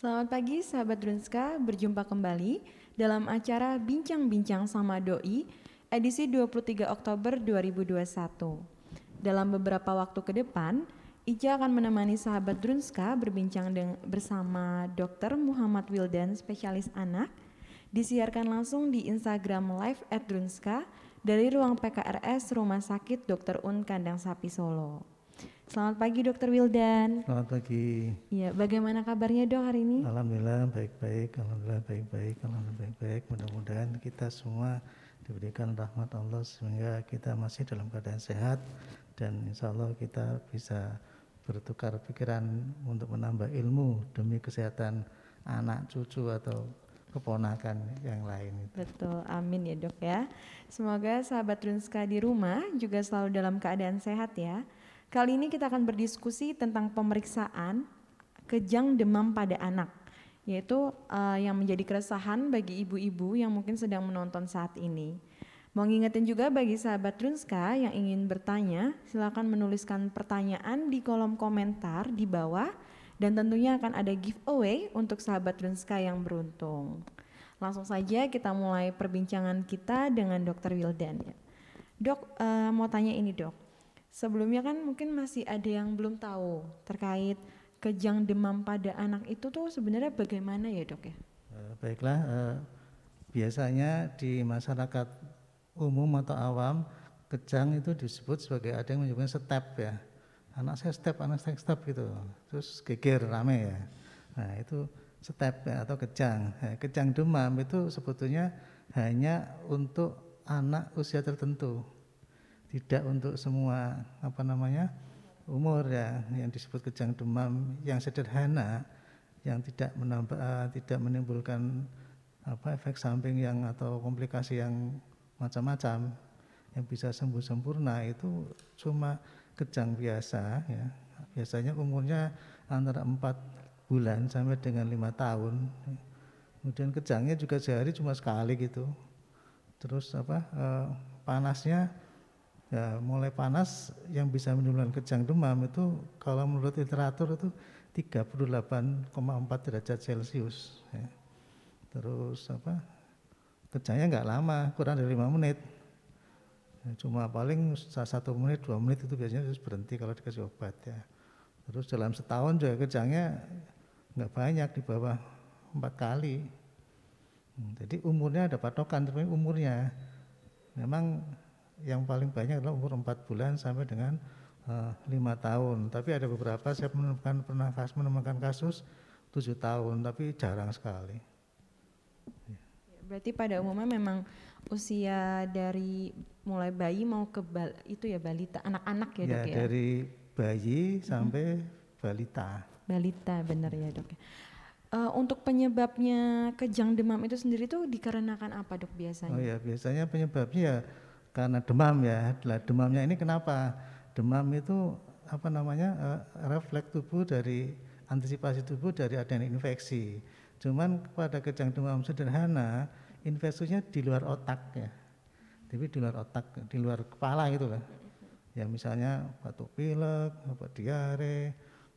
Selamat pagi sahabat Drunska, berjumpa kembali dalam acara Bincang-Bincang sama Doi edisi 23 Oktober 2021. Dalam beberapa waktu ke depan, Ica akan menemani sahabat Drunska berbincang bersama Dr. Muhammad Wildan, spesialis anak, disiarkan langsung di Instagram Live @Drunska dari ruang PKRS Rumah Sakit Dr. Un Kandang Sapi Solo. Selamat pagi Dr. Wildan. Selamat pagi. Iya, bagaimana kabarnya dok hari ini? Alhamdulillah baik-baik, alhamdulillah baik-baik. Mudah-mudahan kita semua diberikan rahmat Allah sehingga kita masih dalam keadaan sehat dan insya Allah kita bisa bertukar pikiran untuk menambah ilmu demi kesehatan anak, cucu atau keponakan yang lain. Betul, amin ya dok ya. Semoga sahabat Drunska di rumah juga selalu dalam keadaan sehat ya. Kali ini kita akan berdiskusi tentang pemeriksaan kejang demam pada anak, yaitu yang menjadi keresahan bagi ibu-ibu yang mungkin sedang menonton saat ini. Mau ngingetin juga bagi sahabat Drunska yang ingin bertanya, silakan menuliskan pertanyaan di kolom komentar di bawah dan tentunya akan ada giveaway untuk sahabat Drunska yang beruntung. Langsung saja kita mulai perbincangan kita dengan Dr. Wildan ya. Dok, mau tanya ini dok. Sebelumnya kan mungkin masih ada yang belum tahu terkait kejang demam pada anak itu tuh sebenarnya bagaimana ya dok ya? Baiklah, biasanya di masyarakat umum atau awam kejang itu disebut sebagai ada yang menyebutnya step ya. Anak saya step gitu, terus geger rame ya. Nah itu step ya, atau kejang. Nah, kejang demam itu sebetulnya hanya untuk anak usia tertentu. Tidak untuk semua umur ya. Yang disebut kejang demam yang sederhana, yang tidak menimbulkan efek samping yang atau komplikasi yang macam-macam, yang bisa sembuh sempurna, itu cuma kejang biasa ya. Biasanya umurnya antara 4 bulan sampai dengan 5 tahun. Kemudian kejangnya juga sehari cuma sekali gitu. Terus panasnya ya, mulai panas yang bisa menimbulkan kejang demam itu kalau menurut literatur itu 38,4 derajat Celcius ya. Terus kejangnya enggak lama, kurang dari 5 menit ya, cuma paling 1 menit 2 menit itu biasanya terus berhenti kalau dikasih obat ya. Terus dalam setahun juga kejangnya enggak banyak, di bawah 4 kali. Jadi umurnya ada patokan, tapi umurnya memang yang paling banyak adalah umur 4 bulan sampai dengan 5 tahun. Tapi ada beberapa saya pernah menemukan kasus 7 tahun, tapi jarang sekali. Berarti pada umumnya memang usia dari mulai bayi mau ke itu ya balita, anak-anak ya dok ya? Dari bayi sampai balita. Balita benar ya dok ya. Untuk penyebabnya kejang demam itu sendiri tuh dikarenakan apa dok biasanya? Oh ya, biasanya penyebabnya ya karena demam ya. Demamnya ini kenapa? Demam itu refleks tubuh dari antisipasi tubuh dari adanya infeksi. Cuman pada kejang demam sederhana, infeksinya di luar otak ya. Tapi di luar otak, di luar kepala gitu lah. Ya misalnya batuk pilek, diare,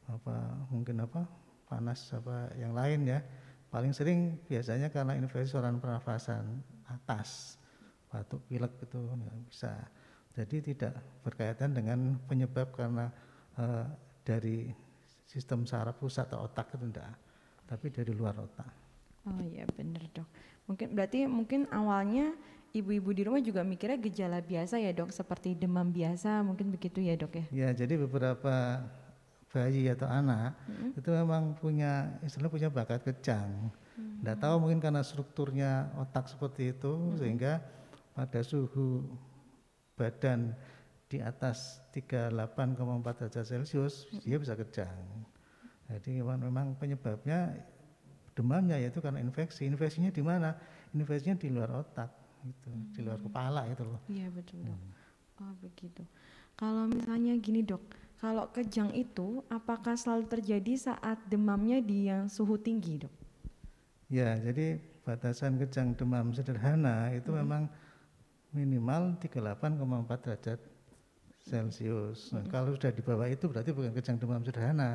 panas yang lain ya. Paling sering biasanya karena infeksi saluran pernafasan atas. Batuk pilek itu ya, bisa. Jadi tidak berkaitan dengan penyebab karena dari sistem saraf pusat atau otak itu enggak, tapi dari luar otak. Oh iya benar dok. Mungkin awalnya ibu-ibu di rumah juga mikirnya gejala biasa ya dok, seperti demam biasa, mungkin begitu ya dok ya? Ya, jadi beberapa bayi atau anak itu memang punya bakat kejang. Enggak tahu mungkin karena strukturnya otak seperti itu sehingga pada suhu badan di atas 38,4 derajat Celcius dia bisa kejang. Jadi memang penyebabnya demamnya yaitu karena infeksi. Infeksinya di mana? Infeksinya di luar otak gitu, di luar kepala itu loh. Iya betul dok. Oh begitu. Kalau misalnya gini dok, kalau kejang itu apakah selalu terjadi saat demamnya di yang suhu tinggi dok? Ya, jadi batasan kejang demam sederhana itu memang minimal 38,4 derajat Celcius. Nah, kalau sudah di bawah itu berarti bukan kejang demam sederhana,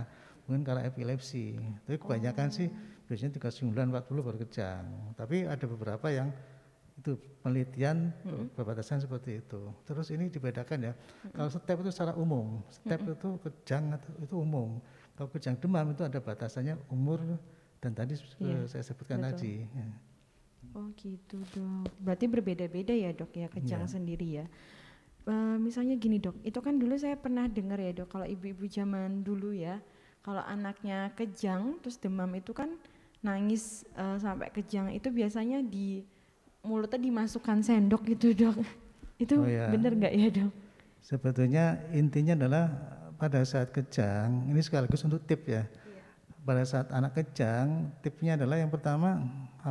mungkin karena epilepsi. Tapi kebanyakan sih biasanya 39-40 baru kejang. Tapi ada beberapa yang itu penelitian berbatasan seperti itu. Terus ini dibedakan ya. Kalau step itu secara umum, step itu kejang itu umum. Kalau kejang demam itu ada batasannya umur dan tadi saya sebutkan tadi. Ya. Oh gitu dok. Berarti berbeda-beda ya dok ya kejang sendiri ya. Misalnya gini dok, itu kan dulu saya pernah dengar ya dok, kalau ibu-ibu zaman dulu ya, kalau anaknya kejang terus demam itu kan nangis sampai kejang itu biasanya di mulutnya dimasukkan sendok gitu dok. Itu benar nggak ya dok? Sebetulnya intinya adalah pada saat kejang, ini sekaligus untuk tip ya. Pada saat anak kejang, tipnya adalah yang pertama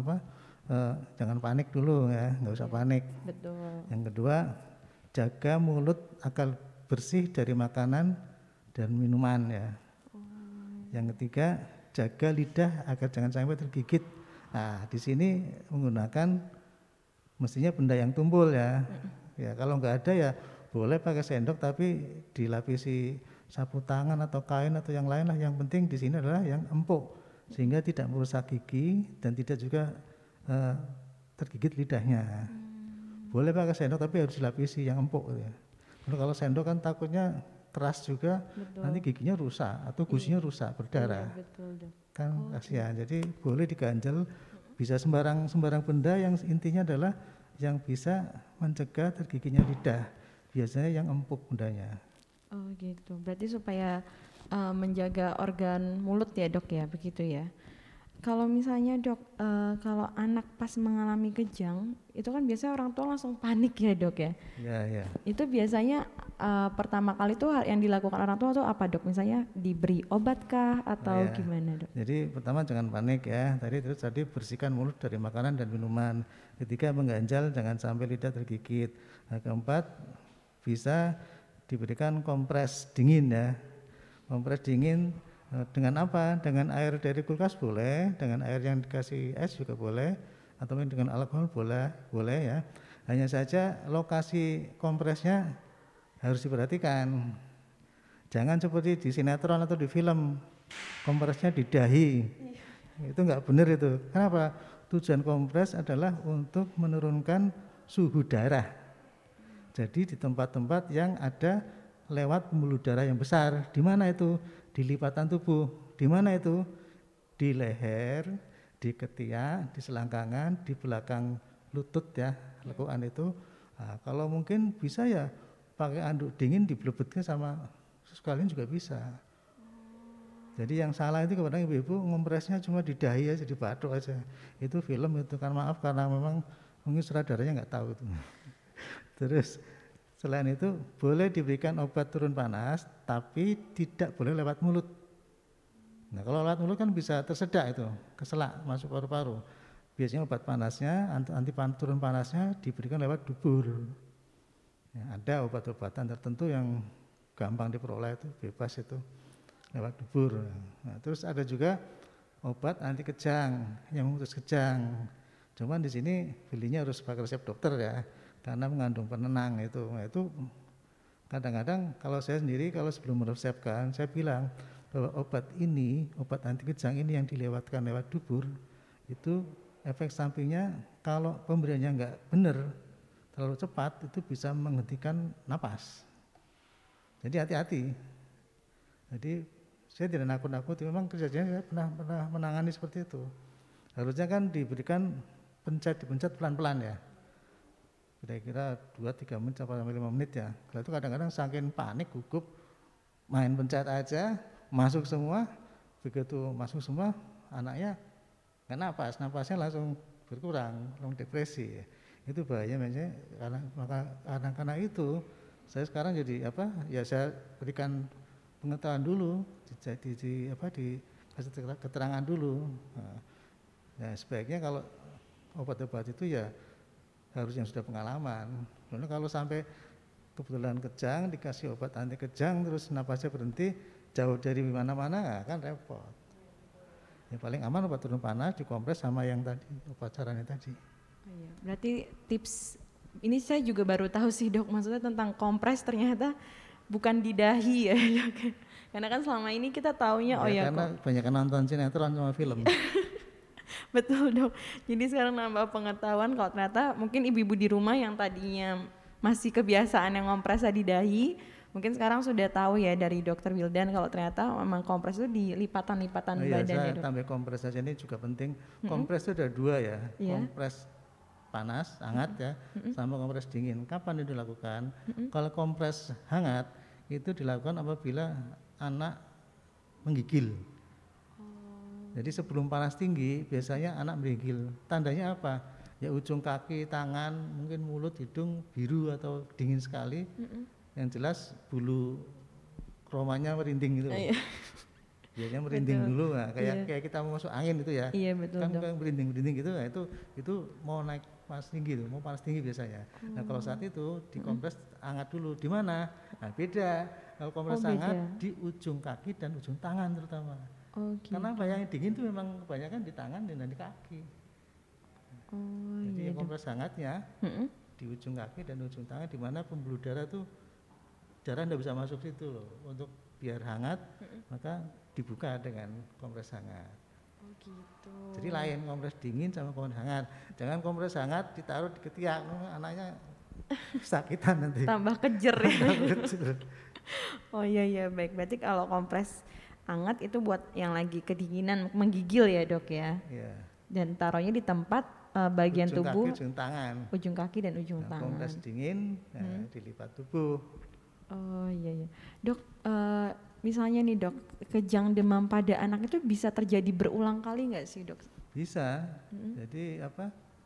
jangan panik dulu ya, nggak usah panik. Betul. Yang kedua, jaga mulut agar bersih dari makanan dan minuman ya. Yang ketiga, jaga lidah agar jangan sampai tergigit. Nah, di sini menggunakan mestinya benda yang tumpul ya. Ya, kalau nggak ada ya boleh pakai sendok tapi dilapisi sapu tangan atau kain atau yang lain lah. Yang penting di sini adalah yang empuk sehingga tidak merusak gigi dan tidak juga tergigit lidahnya. Boleh pakai sendok tapi harus dilapisi yang empuk ya. Kalau sendok kan takutnya keras juga, nanti giginya rusak atau gusinya rusak berdarah. Kan kasihan. Jadi boleh diganjel, bisa sembarang benda yang intinya adalah yang bisa mencegah tergigitnya lidah. Biasanya yang empuk bendanya. Oh gitu. Berarti supaya menjaga organ mulut ya dok ya, begitu ya. Kalau misalnya dok, kalau anak pas mengalami kejang, itu kan biasanya orang tua langsung panik ya dok ya? Iya. Itu biasanya pertama kali tuh yang dilakukan orang tua tuh apa dok? Misalnya diberi obat kah atau gimana dok? Jadi pertama jangan panik ya, tadi bersihkan mulut dari makanan dan minuman. Ketiga mengganjal jangan sampai lidah tergigit. Nah, keempat bisa diberikan kompres dingin ya. Kompres dingin dengan apa? Dengan air dari kulkas boleh, dengan air yang dikasih es juga boleh, atau dengan alkohol boleh ya. Hanya saja lokasi kompresnya harus diperhatikan. Jangan seperti di sinetron atau di film, kompresnya di dahi. Itu enggak benar itu. Kenapa? Tujuan kompres adalah untuk menurunkan suhu darah. Jadi di tempat-tempat yang ada lewat pembuluh darah yang besar. Di mana itu? Di lipatan tubuh. Di mana itu? Di leher, di ketiak, di selangkangan, di belakang lutut ya, lekukan itu. Nah, kalau mungkin bisa ya pakai anduk dingin diblebetkan sama sekalian juga bisa. Jadi yang salah itu kadang ibu-ibu ngompresnya cuma di dahi aja, di batuk aja. Itu film itu kan, maaf karena memang mungkin sutradaranya nggak tahu itu. Terus selain itu boleh diberikan obat turun panas, tapi tidak boleh lewat mulut. Nah kalau lewat mulut kan bisa tersedak itu, keselak masuk paru-paru. Biasanya obat panasnya, anti turun panasnya diberikan lewat dubur. Ya, ada obat-obatan tertentu yang gampang diperoleh itu, bebas itu lewat dubur. Nah, terus ada juga obat anti kejang yang memutus kejang. Cuman di sini belinya harus pakai resep dokter ya. Karena mengandung penenang itu. Nah, itu kadang-kadang kalau saya sendiri kalau sebelum meresepkan saya bilang bahwa obat anti kejang ini yang dilewatkan lewat dubur itu efek sampingnya kalau pemberiannya enggak benar terlalu cepat itu bisa menghentikan napas. Jadi hati-hati. Jadi saya tidak nakut-nakuti, memang kejadiannya saya pernah menangani seperti itu. Harusnya kan diberikan dipencet pelan-pelan ya. Kira-kira 2-3 menit sampai 5 menit ya. Kalau itu kadang-kadang saking panik gugup main pencet aja masuk semua, begitu masuk semua anaknya nggak napas, napasnya langsung berkurang, langsung depresi. Itu bahaya makanya karena itu saya sekarang jadi ya saya berikan pengetahuan dulu, dikasih keterangan dulu. Nah, sebaiknya kalau obat-obat itu ya harus yang sudah pengalaman. Karena kalau sampai kebetulan kejang dikasih obat anti kejang terus napasnya berhenti jauh dari mana-mana kan repot. Ya paling aman obat turun panas dikompres sama yang tadi obat caranya tadi. Berarti tips ini saya juga baru tahu sih dok, maksudnya tentang kompres ternyata bukan di dahi ya dok. Karena kan selama ini kita taunya oh ya karena banyak nonton sinetron sama film. betul dok. Jadi sekarang nambah pengetahuan kalau ternyata mungkin ibu-ibu di rumah yang tadinya masih kebiasaan yang ngompresa di dahi, mungkin sekarang sudah tahu ya dari dokter Wildan kalau ternyata memang kompres itu di lipatan-lipatan Iya, badan ya saya dok. tambah kompres saja, ini juga penting. Kompres itu ada dua ya, Iya. kompres panas, hangat ya, sama kompres dingin. Kapan itu dilakukan? Kalau kompres hangat itu dilakukan apabila anak menggigil. Jadi sebelum panas tinggi biasanya anak menggigil. Tandanya apa? Ya ujung kaki, tangan, mungkin mulut, hidung biru atau dingin sekali. Yang jelas bulu kromanya merinding gitu. Iya. Biasanya merinding Betul. dulu, nah, Iya. kayak kita mau masuk angin itu ya. Iya betul Kan dok. kayak merinding gitu, nah itu mau naik panas tinggi tuh, mau panas tinggi biasanya. Nah kalau saat itu dikompres hangat dulu, di mana? Nah beda. Kalau kompres Oh, hangat beda. di ujung kaki dan ujung tangan terutama. Oh gitu. Karena yang dingin itu memang kebanyakan di tangan dan di kaki. Oh Jadi iya yang dok. kompres hangatnya Mm-mm. di ujung kaki dan ujung tangan, di mana pembuluh darah tuh darah tidak bisa masuk situ loh. Untuk biar hangat, maka dibuka dengan kompres hangat. Oh gitu. Jadi lain kompres dingin sama kompres hangat. Jangan kompres hangat ditaruh di ketiak, anaknya sakitan nanti. Tambah kejer ya. Oh iya baik. Berarti kalau kompres hangat itu buat yang lagi kedinginan menggigil ya dok ya. Iya. Dan taruhnya di tempat bagian Ujung tubuh, kaki, ujung tangan. ujung kaki dan ujung Nah, tangan. kompres dingin, dilipat tubuh. Oh iya. Dok, misalnya nih dok, kejang demam pada anak itu bisa terjadi berulang kali nggak sih dok? Bisa. Jadi apa?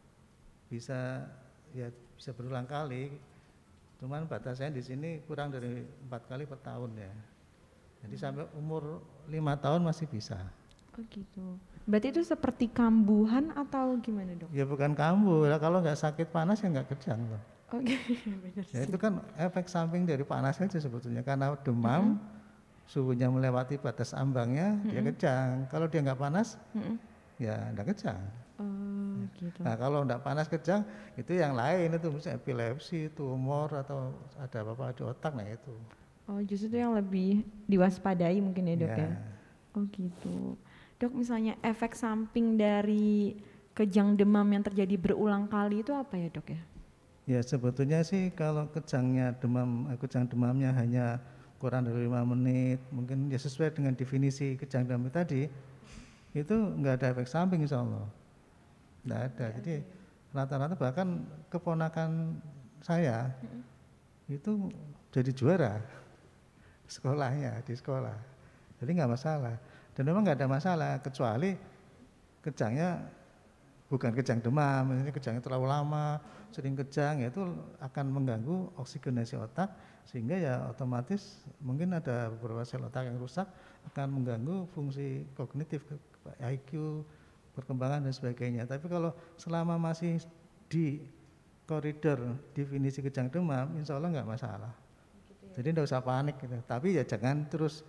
Bisa ya bisa berulang kali. Cuman batasnya di sini kurang dari 4 kali per tahun ya. Jadi sampai umur 5 tahun masih bisa. Oh gitu. Berarti itu seperti kambuhan atau gimana dok? Ya bukan kambuh, kalau nggak sakit panas ya nggak kejang loh. Oke, benar Ya sih. itu kan efek samping dari panas aja sebetulnya, karena demam, suhunya melewati batas ambangnya, dia kejang. Kalau dia nggak panas, ya nggak kejang. Oh gitu. Nah kalau nggak panas kejang, itu yang lain, itu misalnya epilepsi, tumor, atau ada apa-apa di otak, nah itu. Oh justru itu yang lebih diwaspadai mungkin ya dok ya? Ya. Oh gitu. Dok misalnya efek samping dari kejang demam yang terjadi berulang kali itu apa ya dok ya? Ya sebetulnya sih kalau kejang demamnya hanya kurang dari 5 menit, mungkin ya sesuai dengan definisi kejang demam tadi, itu nggak ada efek samping insya Allah. Nggak ada. Jadi rata-rata bahkan keponakan saya itu jadi juara sekolahnya di sekolah. Jadi nggak masalah. Dan memang nggak ada masalah kecuali kejangnya bukan kejang demam, ini kejangnya terlalu lama, sering kejang, ya itu akan mengganggu oksigenasi otak sehingga ya otomatis mungkin ada beberapa sel otak yang rusak, akan mengganggu fungsi kognitif, IQ, perkembangan dan sebagainya. Tapi kalau selama masih di koridor definisi kejang demam, insya Allah nggak masalah. Jadi tidak usah panik gitu. Tapi ya jangan terus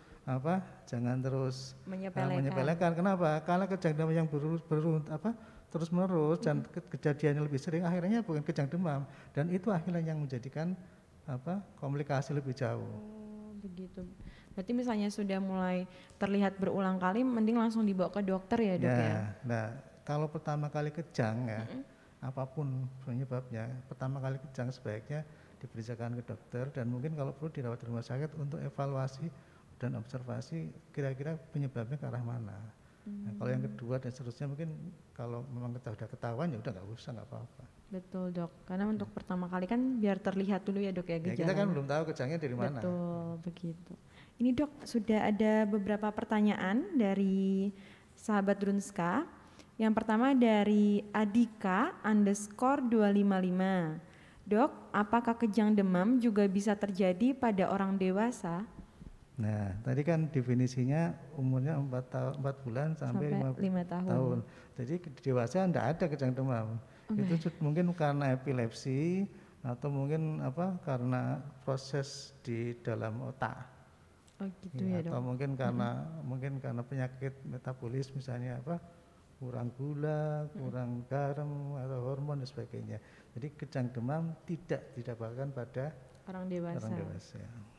menyepelekan. Kenapa? Karena kejang demam yang terus menerus dan kejadiannya lebih sering, akhirnya bukan kejang demam, dan itu akhirnya yang menjadikan komplikasi lebih jauh. Oh begitu. Berarti misalnya sudah mulai terlihat berulang kali, mending langsung dibawa ke dokter ya dok ya? Nah kalau pertama kali kejang ya, apapun penyebabnya, pertama kali kejang sebaiknya diperiksakan ke dokter, dan mungkin kalau perlu dirawat di rumah sakit untuk evaluasi dan observasi kira-kira penyebabnya ke arah mana. Nah, kalau yang kedua dan seterusnya mungkin kalau memang kita sudah ketahuan ya udah nggak usah, nggak apa-apa. Betul dok, karena untuk pertama kali kan biar terlihat dulu ya dok ya Ya, gejalanya. kita kan belum tahu kejangnya dari mana. Betul, begitu. Ini dok, sudah ada beberapa pertanyaan dari sahabat Drunska. Yang pertama dari Adika_255. Dok, apakah kejang demam juga bisa terjadi pada orang dewasa? Nah, tadi kan definisinya umurnya 4 bulan sampai 5 tahun. tahun. Jadi dewasa enggak ada kejang demam. Itu mungkin karena epilepsi atau mungkin karena proses di dalam otak. Oh gitu ya, Atau dok. mungkin karena penyakit metabolis, misalnya kurang gula, kurang garam atau hormon dan sebagainya. Jadi kejang demam tidak didapatkan pada Orang dewasa. orang dewasa.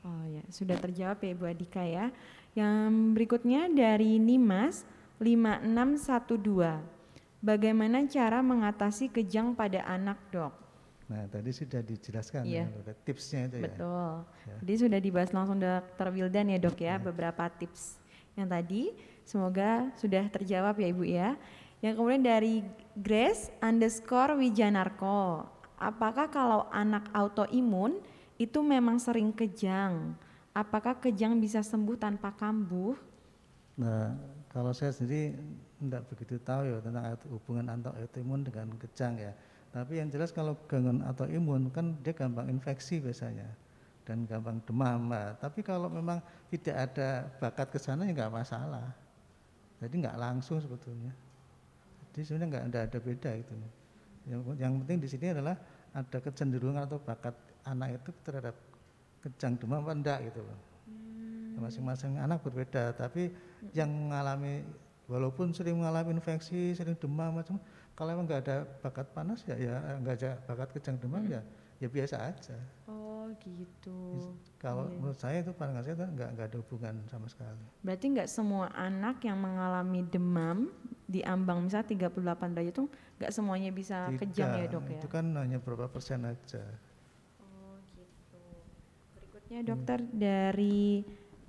Oh ya, sudah terjawab ya Ibu Adika ya. Yang berikutnya dari Nimas 5612. Bagaimana cara mengatasi kejang pada anak, Dok? Nah, tadi sudah dijelaskan Iya. ya, ada tipsnya itu ya. Betul. Ya. Jadi sudah dibahas langsung Dr. Wildan ya, Dok ya, beberapa tips yang tadi. Semoga sudah terjawab ya Ibu ya. Yang kemudian dari Grace_Wijanarko. Apakah kalau anak autoimun itu memang sering kejang? Apakah kejang bisa sembuh tanpa kambuh? Nah, kalau saya sendiri tidak begitu tahu ya tentang hubungan autoimun dengan kejang ya. Tapi yang jelas kalau gangguan autoimun kan dia gampang infeksi biasanya dan gampang demam. Nah, tapi kalau memang tidak ada bakat ke sana ya nggak masalah. Jadi nggak langsung sebetulnya. Jadi sebenarnya nggak ada beda itu. Yang penting di sini adalah ada kecenderungan atau bakat anak itu terhadap kejang demam apa enggak gitu loh. Masing-masing anak berbeda, tapi yang mengalami walaupun sering mengalami infeksi, sering demam macam, kalau emang nggak ada bakat panas ya nggak ada bakat kejang demam ya biasa aja. Oh gitu. Kalau menurut saya itu pandangan saya nggak ada hubungan sama sekali. Berarti nggak semua anak yang mengalami demam di ambang misalnya 38 derajat itu nggak semuanya bisa kejang ya Dok ya? Itu kan hanya berapa persen aja. Oh gitu. Berikutnya dokter dari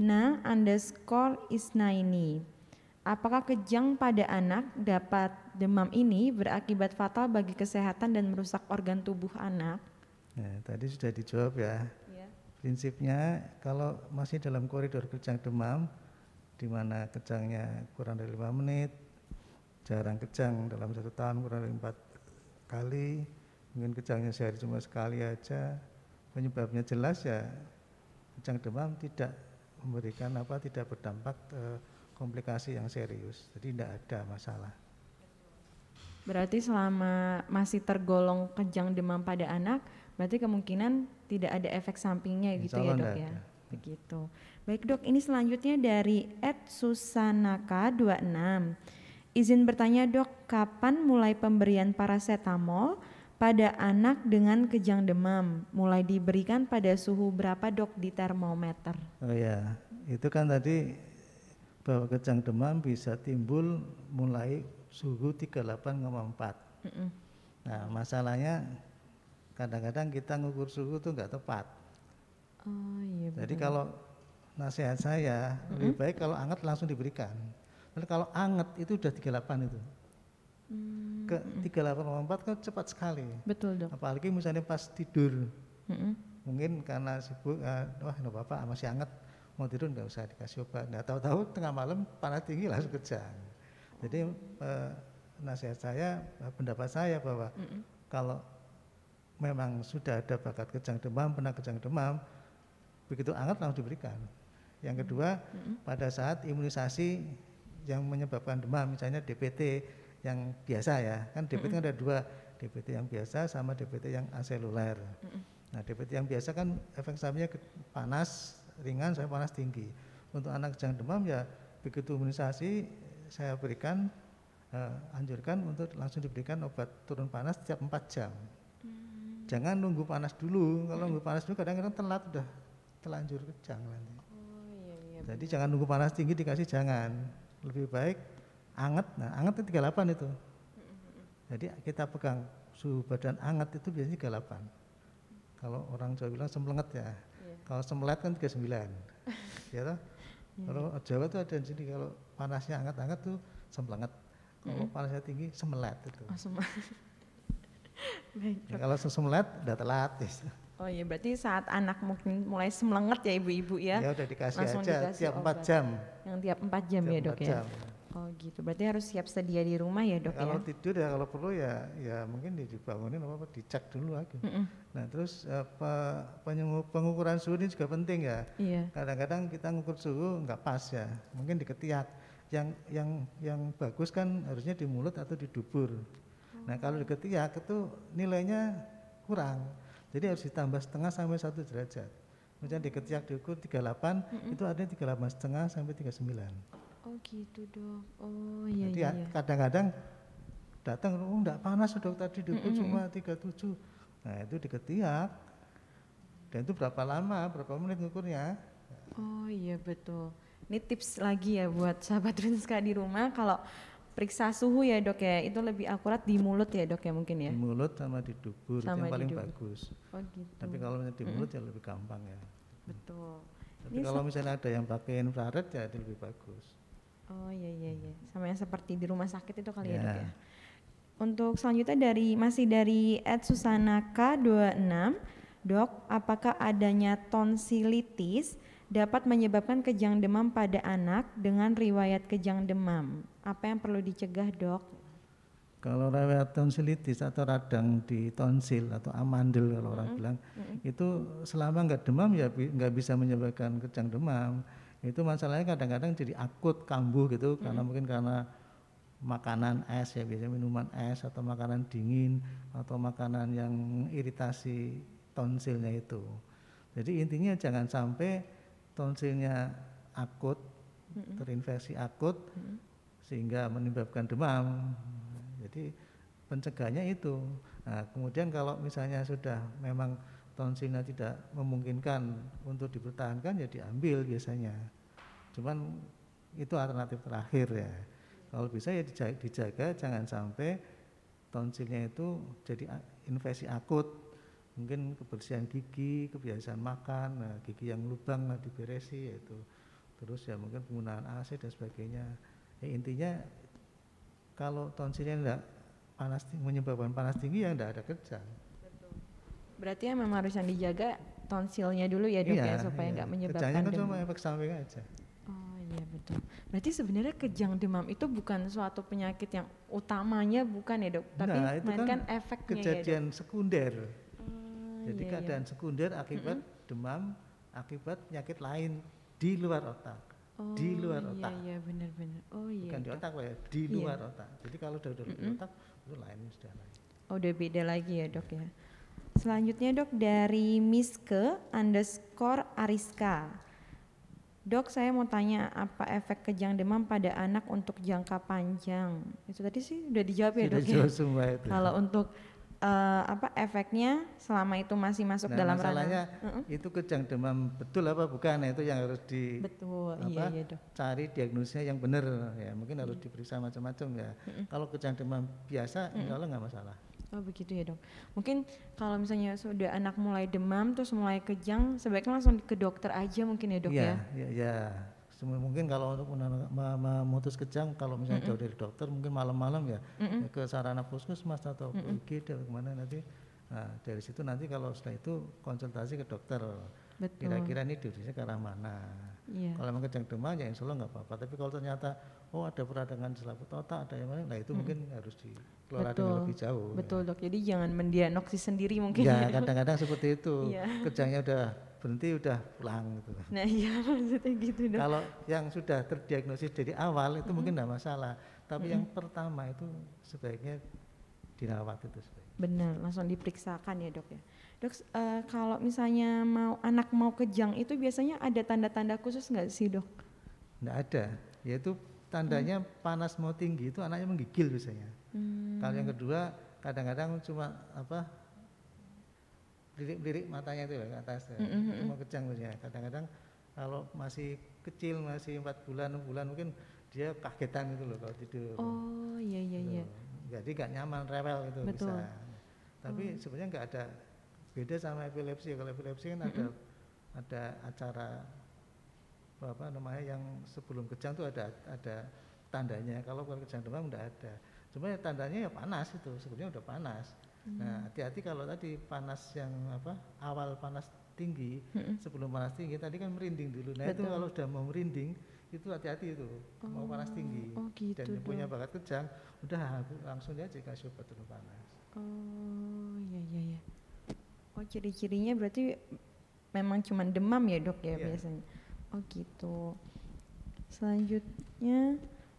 Na_Isnaini. Apakah kejang pada anak dapat demam ini berakibat fatal bagi kesehatan dan merusak organ tubuh anak? Nah, tadi sudah dijawab ya. Prinsipnya kalau masih dalam koridor kejang demam, di mana kejangnya kurang dari 5 menit, jarang kejang dalam 1 tahun kurang dari 4 kali, mungkin kejangnya sehari cuma sekali aja, penyebabnya jelas ya kejang demam tidak memberikan tidak berdampak komplikasi yang serius, jadi tidak ada masalah. Berarti selama masih tergolong kejang demam pada anak, berarti kemungkinan tidak ada efek sampingnya gitu ya Dok ya? Begitu. Baik Dok, ini selanjutnya dari @susanaka26. Izin bertanya Dok, kapan mulai pemberian paracetamol pada anak dengan kejang demam? Mulai diberikan pada suhu berapa Dok di termometer? Oh ya, itu kan tadi bahwa kejang demam bisa timbul mulai suhu 38,4. Nah masalahnya kadang-kadang kita ngukur suhu itu nggak tepat. Oh iya. Jadi kalau nasihat saya lebih baik kalau hangat langsung diberikan. Tapi kalau hangat itu udah 38 itu. Ke 38,4 kan cepat sekali. Betul Dok. Apalagi misalnya pas tidur. Mungkin karena sibuk, wah bapak masih hangat, mau tidur nggak usah dikasih obat. Nah tahu-tahu tengah malam panas tinggi langsung kejang. Jadi nasihat saya, pendapat saya bahwa kalau memang sudah ada bakat kejang demam, pernah kejang demam, begitu hangat langsung diberikan. Yang kedua, pada saat imunisasi yang menyebabkan demam, misalnya DPT yang biasa ya, kan DPT kan ada 2, DPT yang biasa sama DPT yang aseluler. Nah DPT yang biasa kan efek sampingnya panas ringan sampai panas tinggi. Untuk anak kejang demam ya begitu imunisasi saya berikan, anjurkan untuk langsung diberikan obat turun panas setiap 4 jam. Jangan nunggu panas dulu, kalau nunggu panas dulu kadang-kadang telat, udah telanjur kejang nanti. Jadi jangan nunggu panas tinggi dikasih, jangan. Lebih baik anget, nah anget itu 38 itu. Jadi kita pegang suhu badan anget itu biasanya 38. Kalau orang Jawa bilang semlenget ya. Kalau semlet kan 39. Ya toh? Kalau Jawa tuh ada di sini, kalau panasnya hangat-hangat tuh semlenget. Kalau panasnya tinggi semelet itu. Baik. Ya, kalau semelet udah telat. Oh iya, berarti saat anak mungkin mulai semelenget ya ibu-ibu ya? Ya udah dikasih langsung aja dikasih tiap obat. 4 jam. Yang tiap 4 jam Tiap ya dok 4 ya? jam. Oh gitu, berarti harus siap sedia di rumah ya dok Kalau ya? tidur ya kalau perlu ya mungkin dibangunin apa dicek dulu lagi. Nah terus pengukuran suhu ini juga penting ya. Iya. Kadang-kadang kita ngukur suhu nggak pas ya, mungkin di ketiak. Yang bagus kan harusnya di mulut atau di dubur. Nah kalau di ketiak itu nilainya kurang, jadi harus ditambah setengah sampai 1 derajat. Misalnya di ketiak diukur 38, itu artinya 38,5 sampai 39. Oh gitu dok. Oh iya. Jadi iya. kadang-kadang datang, oh enggak panas dok, tadi diukur cuma 37. Nah itu di ketiak. Dan itu berapa lama, berapa menit ngukurnya. Oh iya betul. Ini tips lagi ya buat sahabat Rinska di rumah, kalau periksa suhu ya dok ya, itu lebih akurat di mulut ya dok ya mungkin ya? Di mulut sama di dubur itu Sama yang di paling dubur. bagus. Oh gitu. Tapi kalau misalnya di mulut ya lebih gampang ya. Betul. Tapi kalau misalnya ada yang pakai infrared ya itu lebih bagus. Oh iya iya iya. Sama yang seperti di rumah sakit itu kali ya dok Ya. ya. Untuk selanjutnya masih dari @susanaka26, dok, apakah adanya tonsilitis dapat menyebabkan kejang demam pada anak dengan riwayat kejang demam? Apa yang perlu dicegah dok? Kalau riwayat tonsilitis atau radang di tonsil atau amandel kalau orang bilang, itu selama nggak demam ya nggak bisa menyebabkan kejang demam. Itu masalahnya kadang-kadang jadi akut kambuh gitu karena mungkin karena makanan es ya, biasanya minuman es atau makanan dingin atau makanan yang iritasi tonsilnya itu. Jadi intinya jangan sampai tonsilnya akut, terinfeksi akut sehingga menyebabkan demam. Jadi pencegahannya itu. Nah, kemudian kalau misalnya sudah memang tonsilnya tidak memungkinkan untuk dipertahankan ya diambil biasanya. Cuman itu alternatif terakhir ya. Kalau bisa ya dijaga jangan sampai tonsilnya itu jadi infeksi akut. Mungkin kebersihan gigi, kebiasaan makan, nah, gigi yang lubang diberesi yaitu. Terus ya mungkin penggunaan AC dan sebagainya. Ya, intinya kalau tonsilnya enggak menyebabkan panas tinggi ya enggak ada kejang. Berarti yang memang harus yang dijaga tonsilnya dulu ya dok ya, supaya nggak menyebabkan kejangnya kan demam. cuma efek samping aja. Oh iya betul. Berarti sebenarnya kejang demam itu bukan suatu penyakit yang utamanya bukan ya dok, tapi Nah, itu melainkan kan efeknya kejadian ya dok. sekunder. Jadi Iya, keadaan sekunder akibat demam, akibat penyakit lain di luar otak. Oh, Di luar otak. Iya benar-benar. Oh iya. Bukan di dok. otak ya, di luar otak. Jadi kalau udah di otak itu lain sudah lain. Oh udah beda lagi ya dok ya. Selanjutnya dok dari Miske_Ariska. Dok, saya mau tanya apa efek kejang demam pada anak untuk jangka panjang? Itu tadi sih udah dijawab ya Sudah dok ya. jauh semua itu. Kalau untuk apa efeknya selama itu masih masuk Nah, dalam masalahnya ranah. itu kejang demam betul apa bukan? Nah, itu yang harus Betul, iya iya dok. cari diagnosisnya yang benar ya. Mungkin harus diperiksa macam-macam ya. Kalau kejang demam biasa insya Allah nggak masalah. Oh begitu ya dok. Mungkin kalau misalnya sudah anak mulai demam terus mulai kejang, sebaiknya langsung ke dokter aja mungkin ya dok ya. Iya. Mungkin kalau untuk memutus kejang, kalau misalnya jauh dari dokter, mungkin malam-malam ya ke sarana puskesmas atau ke IGD atau kemana nanti. Nah, dari situ nanti kalau setelah itu konsultasi ke dokter. Betul. Kira-kira ini diurusnya ke arah mana. Iya. Kalau memang kejang demam ya insya Allah nggak apa-apa. Tapi kalau ternyata ada peradangan selaput otak, ada yang mana, nah itu mungkin harus dikelola dengan lebih jauh. Betul dok. Jadi jangan mendiagnosis sendiri mungkin. Ya kadang-kadang seperti itu. Iya. Kejangnya udah berhenti udah pulang gitu. Nah iya maksudnya gitu dok. Kalau yang sudah terdiagnosis dari awal itu mungkin tidak masalah, tapi yang pertama itu sebaiknya dirawat itu sebaiknya. Benar, langsung diperiksakan ya dok ya. Dok, kalau misalnya anak mau kejang itu biasanya ada tanda-tanda khusus nggak sih dok? Tidak ada, yaitu tandanya panas mau tinggi itu anaknya menggigil biasanya. Kalau yang kedua kadang-kadang cuma lirik-lirik matanya itu ya ke atas ya. Itu mau kejang biasanya. Kadang-kadang kalau masih kecil, masih 4 bulan, 6 bulan mungkin dia kagetan gitu loh kalau tidur. Oh iya iya iya. Jadi gak nyaman, rewel gitu. Betul. Bisa. Tapi sebenarnya nggak ada beda sama epilepsi. Kalau epilepsi kan ada acara apa namanya yang sebelum kejang tuh ada tandanya. Kalau bukan kejang demam enggak ada. Cuma tandanya ya panas itu, sebenarnya udah panas. Nah, hati-hati kalau tadi panas yang awal panas tinggi, sebelum panas tinggi tadi kan merinding dulu. Nah, itu kalau udah mau merinding itu hati-hati itu, mau panas tinggi. Gitu, dan yang punya bakat kejang udah langsung dia kasih obat turun panas. Oh iya. Oh ciri-cirinya berarti memang cuma demam ya dok ya biasanya. Oh gitu. Selanjutnya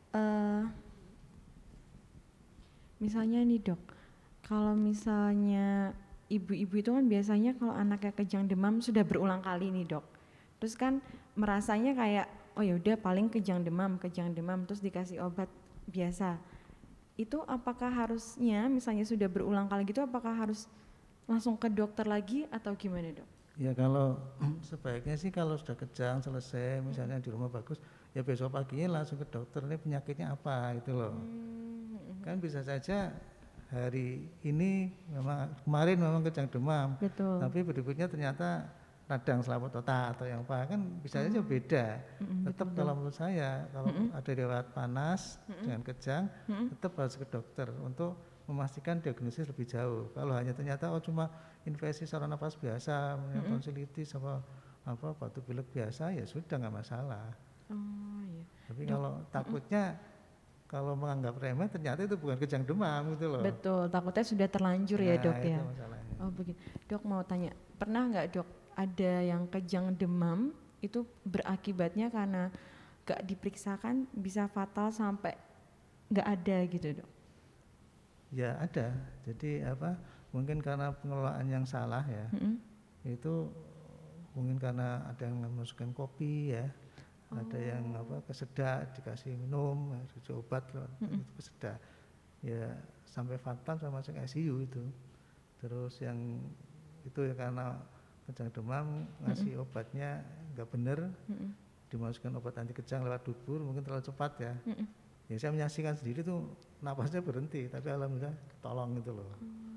misalnya nih dok, kalau misalnya ibu-ibu itu kan biasanya kalau anaknya kejang demam sudah berulang kali nih dok, terus kan merasanya kayak oh ya udah paling kejang demam terus dikasih obat biasa. Itu apakah harusnya misalnya sudah berulang kali gitu, apakah harus langsung ke dokter lagi atau gimana dok? Ya kalau sebaiknya sih kalau sudah kejang selesai misalnya di rumah bagus, ya besok paginya langsung ke dokter, ini penyakitnya apa gitu loh. Kan bisa saja hari ini memang kemarin memang kejang demam, Betul. tapi berikutnya ternyata radang selaput otak atau yang apa, kan bisa saja beda. Tetap kalau menurut saya kalau ada riwayat panas dengan kejang, tetap harus ke dokter untuk memastikan diagnosis lebih jauh. Kalau hanya ternyata cuma infeksi saluran nafas biasa, tonsilitis apa batu pilek biasa, ya sudah nggak masalah. Oh iya. Tapi kalau takutnya kalau menganggap remeh ternyata itu bukan kejang demam gitu loh. Betul, takutnya sudah terlanjur ya dok itu ya. masalahnya. Oh begitu. Dok mau tanya, pernah nggak dok ada yang kejang demam itu berakibatnya karena nggak diperiksakan bisa fatal sampai nggak ada gitu dok? Ya ada, jadi mungkin karena pengelolaan yang salah ya, itu mungkin karena ada yang memasukkan kopi ya, ada yang kesedak dikasih minum, dikasih obat itu kesedak, ya sampai fatal sampai masuk ICU itu. Terus yang itu ya karena kejang demam ngasih obatnya nggak bener, dimasukkan obat anti kejang lewat dubur mungkin terlalu cepat ya. Ya saya menyaksikan sendiri tuh napasnya berhenti, tapi alhamdulillah ketolong gitu loh.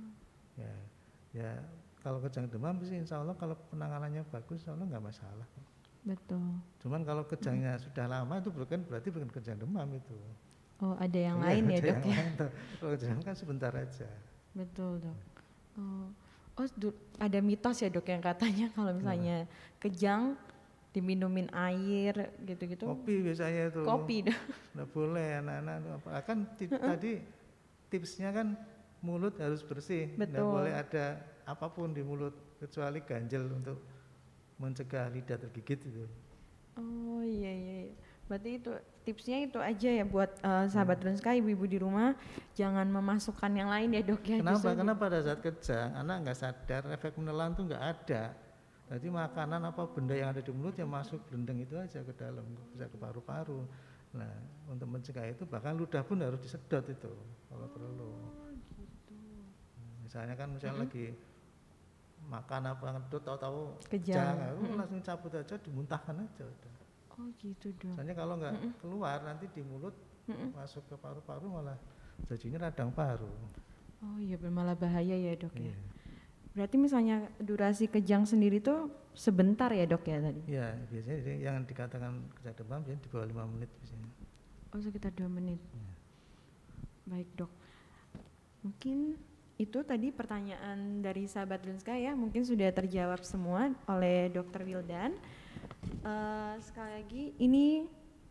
Ya kalau kejang demam sih insya Allah kalau penanganannya bagus insya Allah nggak masalah. Betul. Cuman kalau kejangnya sudah lama itu berarti bukan kejang demam itu. Oh ada yang lain ya dok ya? Kalau kejang kan sebentar aja. Betul dok. Ada mitos ya dok yang katanya kalau misalnya kejang diminumin air gitu-gitu. Kopi biasanya itu. Kopi dok. Nggak boleh anak-anak kan tadi tipsnya kan mulut harus bersih. Betul. Nggak boleh ada apapun di mulut kecuali ganjel untuk mencegah lidah tergigit itu. Oh iya. Berarti itu tipsnya itu aja ya buat sahabat Drunska, ibu-ibu di rumah jangan memasukkan yang lain ya dok ya. Kenapa? Karena pada saat kejang anak nggak sadar efek menelan tuh nggak ada. Jadi makanan apa benda yang ada di mulut yang masuk gelendeng itu aja ke dalam, bisa ke paru-paru. Nah untuk mencegah itu bahkan ludah pun harus disedot itu kalau perlu. Gitu. Misalnya lagi makan apa ngedut tahu-tahu kejang, langsung cabut aja, dimuntahkan aja udah. Oh gitu dok. Soalnya kalau nggak keluar nanti di mulut masuk ke paru-paru malah jadinya radang paru. Oh iya malah bahaya ya dok ya. Iya. Berarti misalnya durasi kejang sendiri tuh sebentar ya dok ya tadi? Iya biasanya yang dikatakan kejang demam biasanya di bawah 5 menit biasanya. Oh sekitar 2 menit. Ya. Baik dok. Mungkin itu tadi pertanyaan dari sahabat Drunska ya, mungkin sudah terjawab semua oleh Dr. Wildan. Sekali lagi ini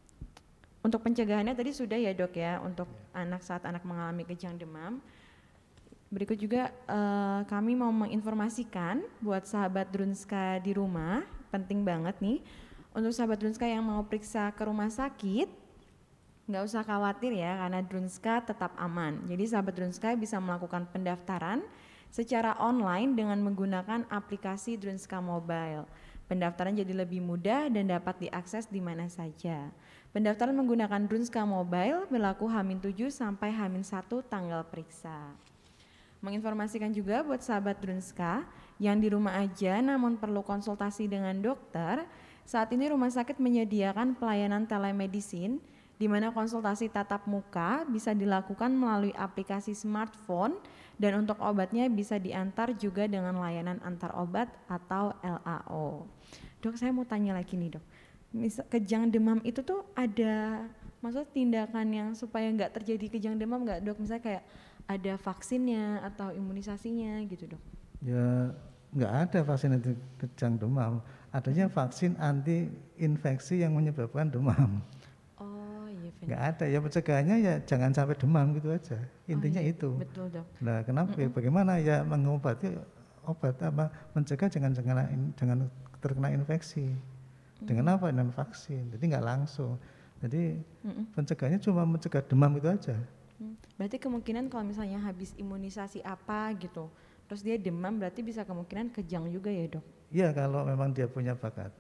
untuk pencegahannya tadi sudah ya dok ya, untuk anak saat anak mengalami kejang demam. Berikut juga kami mau menginformasikan buat sahabat Drunska di rumah, penting banget nih, untuk sahabat Drunska yang mau periksa ke rumah sakit, nggak usah khawatir ya karena Drunska tetap aman. Jadi sahabat Drunska bisa melakukan pendaftaran secara online dengan menggunakan aplikasi Drunska Mobile. Pendaftaran jadi lebih mudah dan dapat diakses di mana saja. Pendaftaran menggunakan Drunska Mobile berlaku H-7 sampai H-1 tanggal periksa. Menginformasikan juga buat sahabat Drunska yang di rumah aja namun perlu konsultasi dengan dokter, saat ini rumah sakit menyediakan pelayanan telemedicine di mana konsultasi tatap muka bisa dilakukan melalui aplikasi smartphone dan untuk obatnya bisa diantar juga dengan layanan antar obat atau LAO. Dok, saya mau tanya lagi nih dok, kejang demam itu tuh ada maksudnya tindakan yang supaya nggak terjadi kejang demam nggak dok? Misalnya kayak ada vaksinnya atau imunisasinya gitu dok? Ya nggak ada vaksin anti kejang demam, adanya vaksin anti infeksi yang menyebabkan demam. Oh iya. Nggak ada, ya pencegahannya ya jangan sampai demam gitu aja, intinya itu. Betul dok. Nah kenapa? Bagaimana ya mengobati obat mencegah jangan terkena infeksi. Dengan apa? Dengan vaksin. Jadi nggak langsung. Jadi pencegahannya cuma mencegah demam itu aja. Berarti kemungkinan kalau misalnya habis imunisasi apa gitu, terus dia demam berarti bisa kemungkinan kejang juga ya dok? Iya kalau memang dia punya bakat.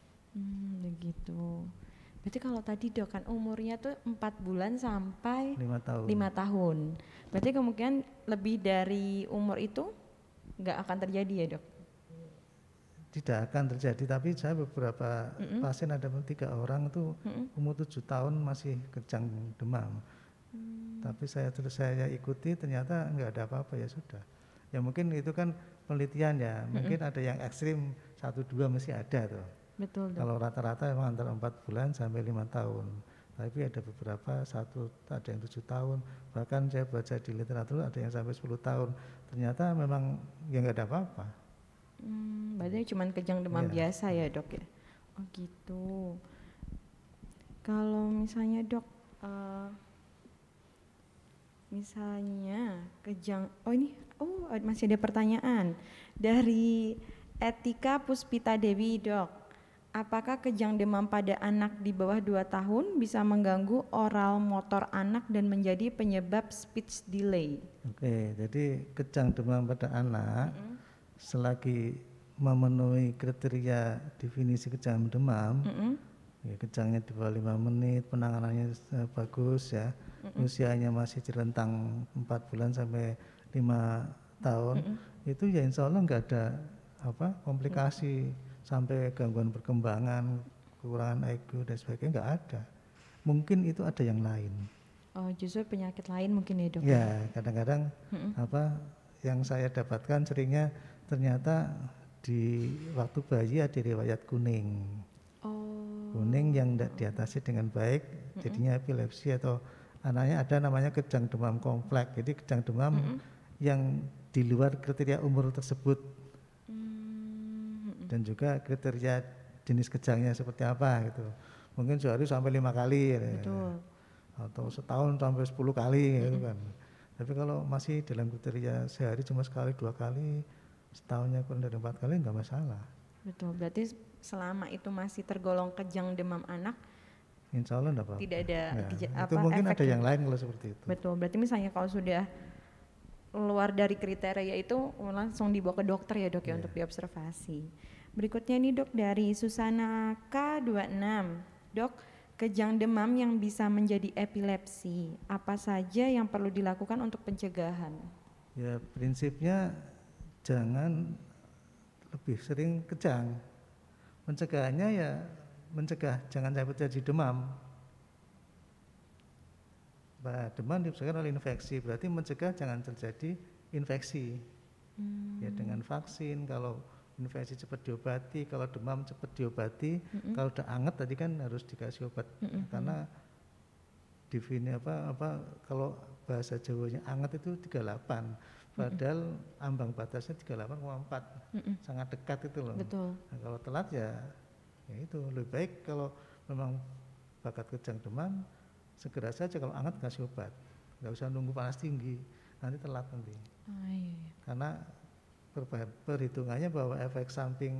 Begitu. Berarti kalau tadi dok kan umurnya tuh 4 bulan sampai 5 tahun. 5 tahun. Berarti kemungkinan lebih dari umur itu nggak akan terjadi ya dok? tidak akan terjadi, tapi saya beberapa pasien ada 3 orang itu umur 7 tahun masih kejang demam. Tapi saya ikuti ternyata nggak ada apa-apa, ya sudah. Ya mungkin itu kan penelitian ya, mungkin ada yang ekstrim 1-2 masih ada tuh. Betul, Dok. Kalau rata-rata memang antara 4 bulan sampai 5 tahun. Tapi ada beberapa ada yang 7 tahun, bahkan saya baca di literatur ada yang sampai 10 tahun. Ternyata memang ya nggak ada apa-apa. Berarti cuma kejang demam Iya. biasa ya, Dok ya? Oh gitu. Kalau misalnya, Dok, misalnya kejang, masih ada pertanyaan dari Etika Puspita Dewi, Dok. Apakah kejang demam pada anak di bawah 2 tahun bisa mengganggu oral motor anak dan menjadi penyebab speech delay? Oke, jadi kejang demam pada anak selagi memenuhi kriteria definisi kejang demam, ya, kejangnya di bawah 5 menit, penanganannya bagus ya, usianya masih di rentang 4 bulan sampai 5 tahun, itu ya insya Allah nggak ada komplikasi sampai gangguan perkembangan, kekurangan IQ dan sebagainya, nggak ada. Mungkin itu ada yang lain. Oh, justru penyakit lain mungkin ya, Dok? Ya, kadang-kadang yang saya dapatkan seringnya ternyata di waktu bayi ada riwayat kuning. Kuning yang tidak diatasi dengan baik, jadinya epilepsi atau anaknya ada namanya kejang demam kompleks. Jadi kejang demam yang di luar kriteria umur tersebut. Dan juga kriteria jenis kejangnya seperti apa gitu. Mungkin sehari sampai 5 kali. Betul. Atau setahun sampai 10 kali gitu kan. Tapi kalau masih dalam kriteria sehari cuma sekali 2 kali, setahunnya kurang dari 4 kali nggak masalah. Betul, berarti selama itu masih tergolong kejang demam anak, insya Allah enggak apa-apa. Tidak ada itu mungkin ada yang lain kalau seperti itu. Betul, berarti misalnya kalau sudah keluar dari kriteria itu langsung dibawa ke dokter ya, Dok, ya, untuk diobservasi. Berikutnya nih, Dok, dari Susana K26. Dok, kejang demam yang bisa menjadi epilepsi, apa saja yang perlu dilakukan untuk pencegahan? Ya, prinsipnya jangan lebih sering kejang. Pencegahannya ya mencegah jangan sampai terjadi demam. Demam disebabkan oleh infeksi, berarti mencegah jangan terjadi infeksi. Ya dengan vaksin, kalau infeksi cepat diobati, kalau demam cepat diobati, kalau udah anget tadi kan harus dikasih obat. Karena kalau bahasa Jawanya anget itu 38, padahal ambang batasnya 38,4, sangat dekat itu loh. Betul. Nah, kalau telat ya itu lebih baik kalau memang bakat kejang demam segera saja kalau anget kasih obat, nggak usah nunggu panas tinggi, nanti telat nanti. Iya. Karena perhitungannya bahwa efek samping